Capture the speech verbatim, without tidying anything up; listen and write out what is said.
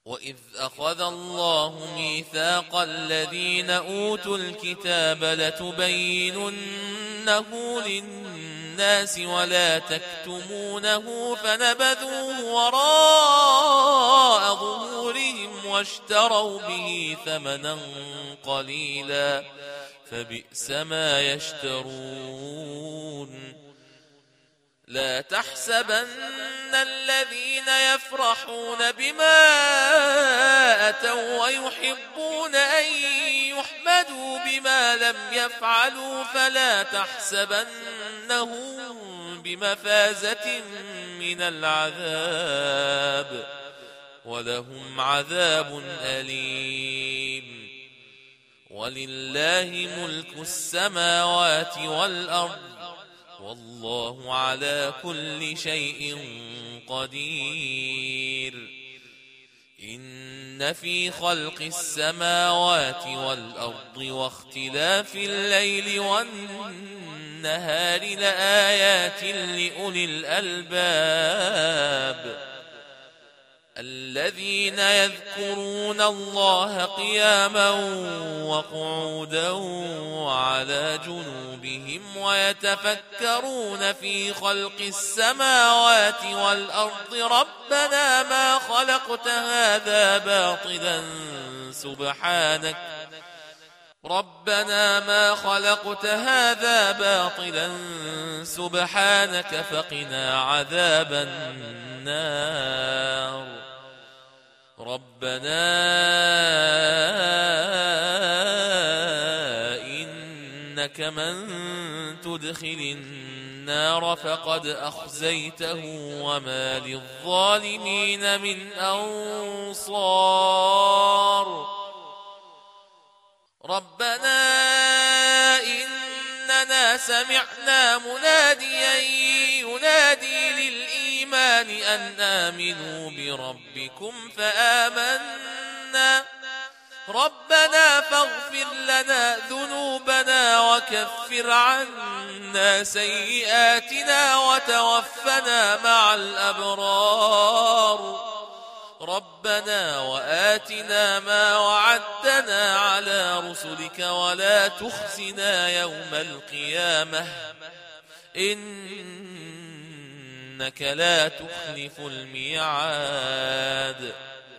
وإذ أخذ الله ميثاق الذين أوتوا الكتاب لتبيننه للناس ولا تكتمونه فنبذوه وراء ظهورهم واشتروا به ثمنا قليلا فبئس ما يشترون. لا تحسبن الذين يفرحون بما أتوا ويحبون أن يحمدوا بما لم يفعلوا فلا تحسبنهم بمفازة من العذاب ولهم عذاب أليم. ولله ملك السماوات والأرض والله على كل شيء قدير. إن في خلق السماوات والأرض واختلاف الليل والنهار لآيات لأولي الألباب الذين يذكرون الله قياما وقعودا وعلى جنوبهم ويتفكرون في خلق السماوات والأرض ربنا ما خلقت هذا باطلا سبحانك ربنا ما خلقت هذا باطلا سبحانك فقنا عذاب النار. ربنا إنك من تدخل النار فقد أخزيته وما للظالمين من أنصار. ربنا إننا سمعنا مناديا ينادي للإيمان أن آمنوا بربكم فآمنا ربنا فاغفر لنا ذنوبنا وكفر عنا سيئاتنا وتوفنا مع الأبرار. ربنا وآتنا ما وعدتنا على رسلك ولا تخزنا يوم القيامة إنك لا تخلف الميعاد.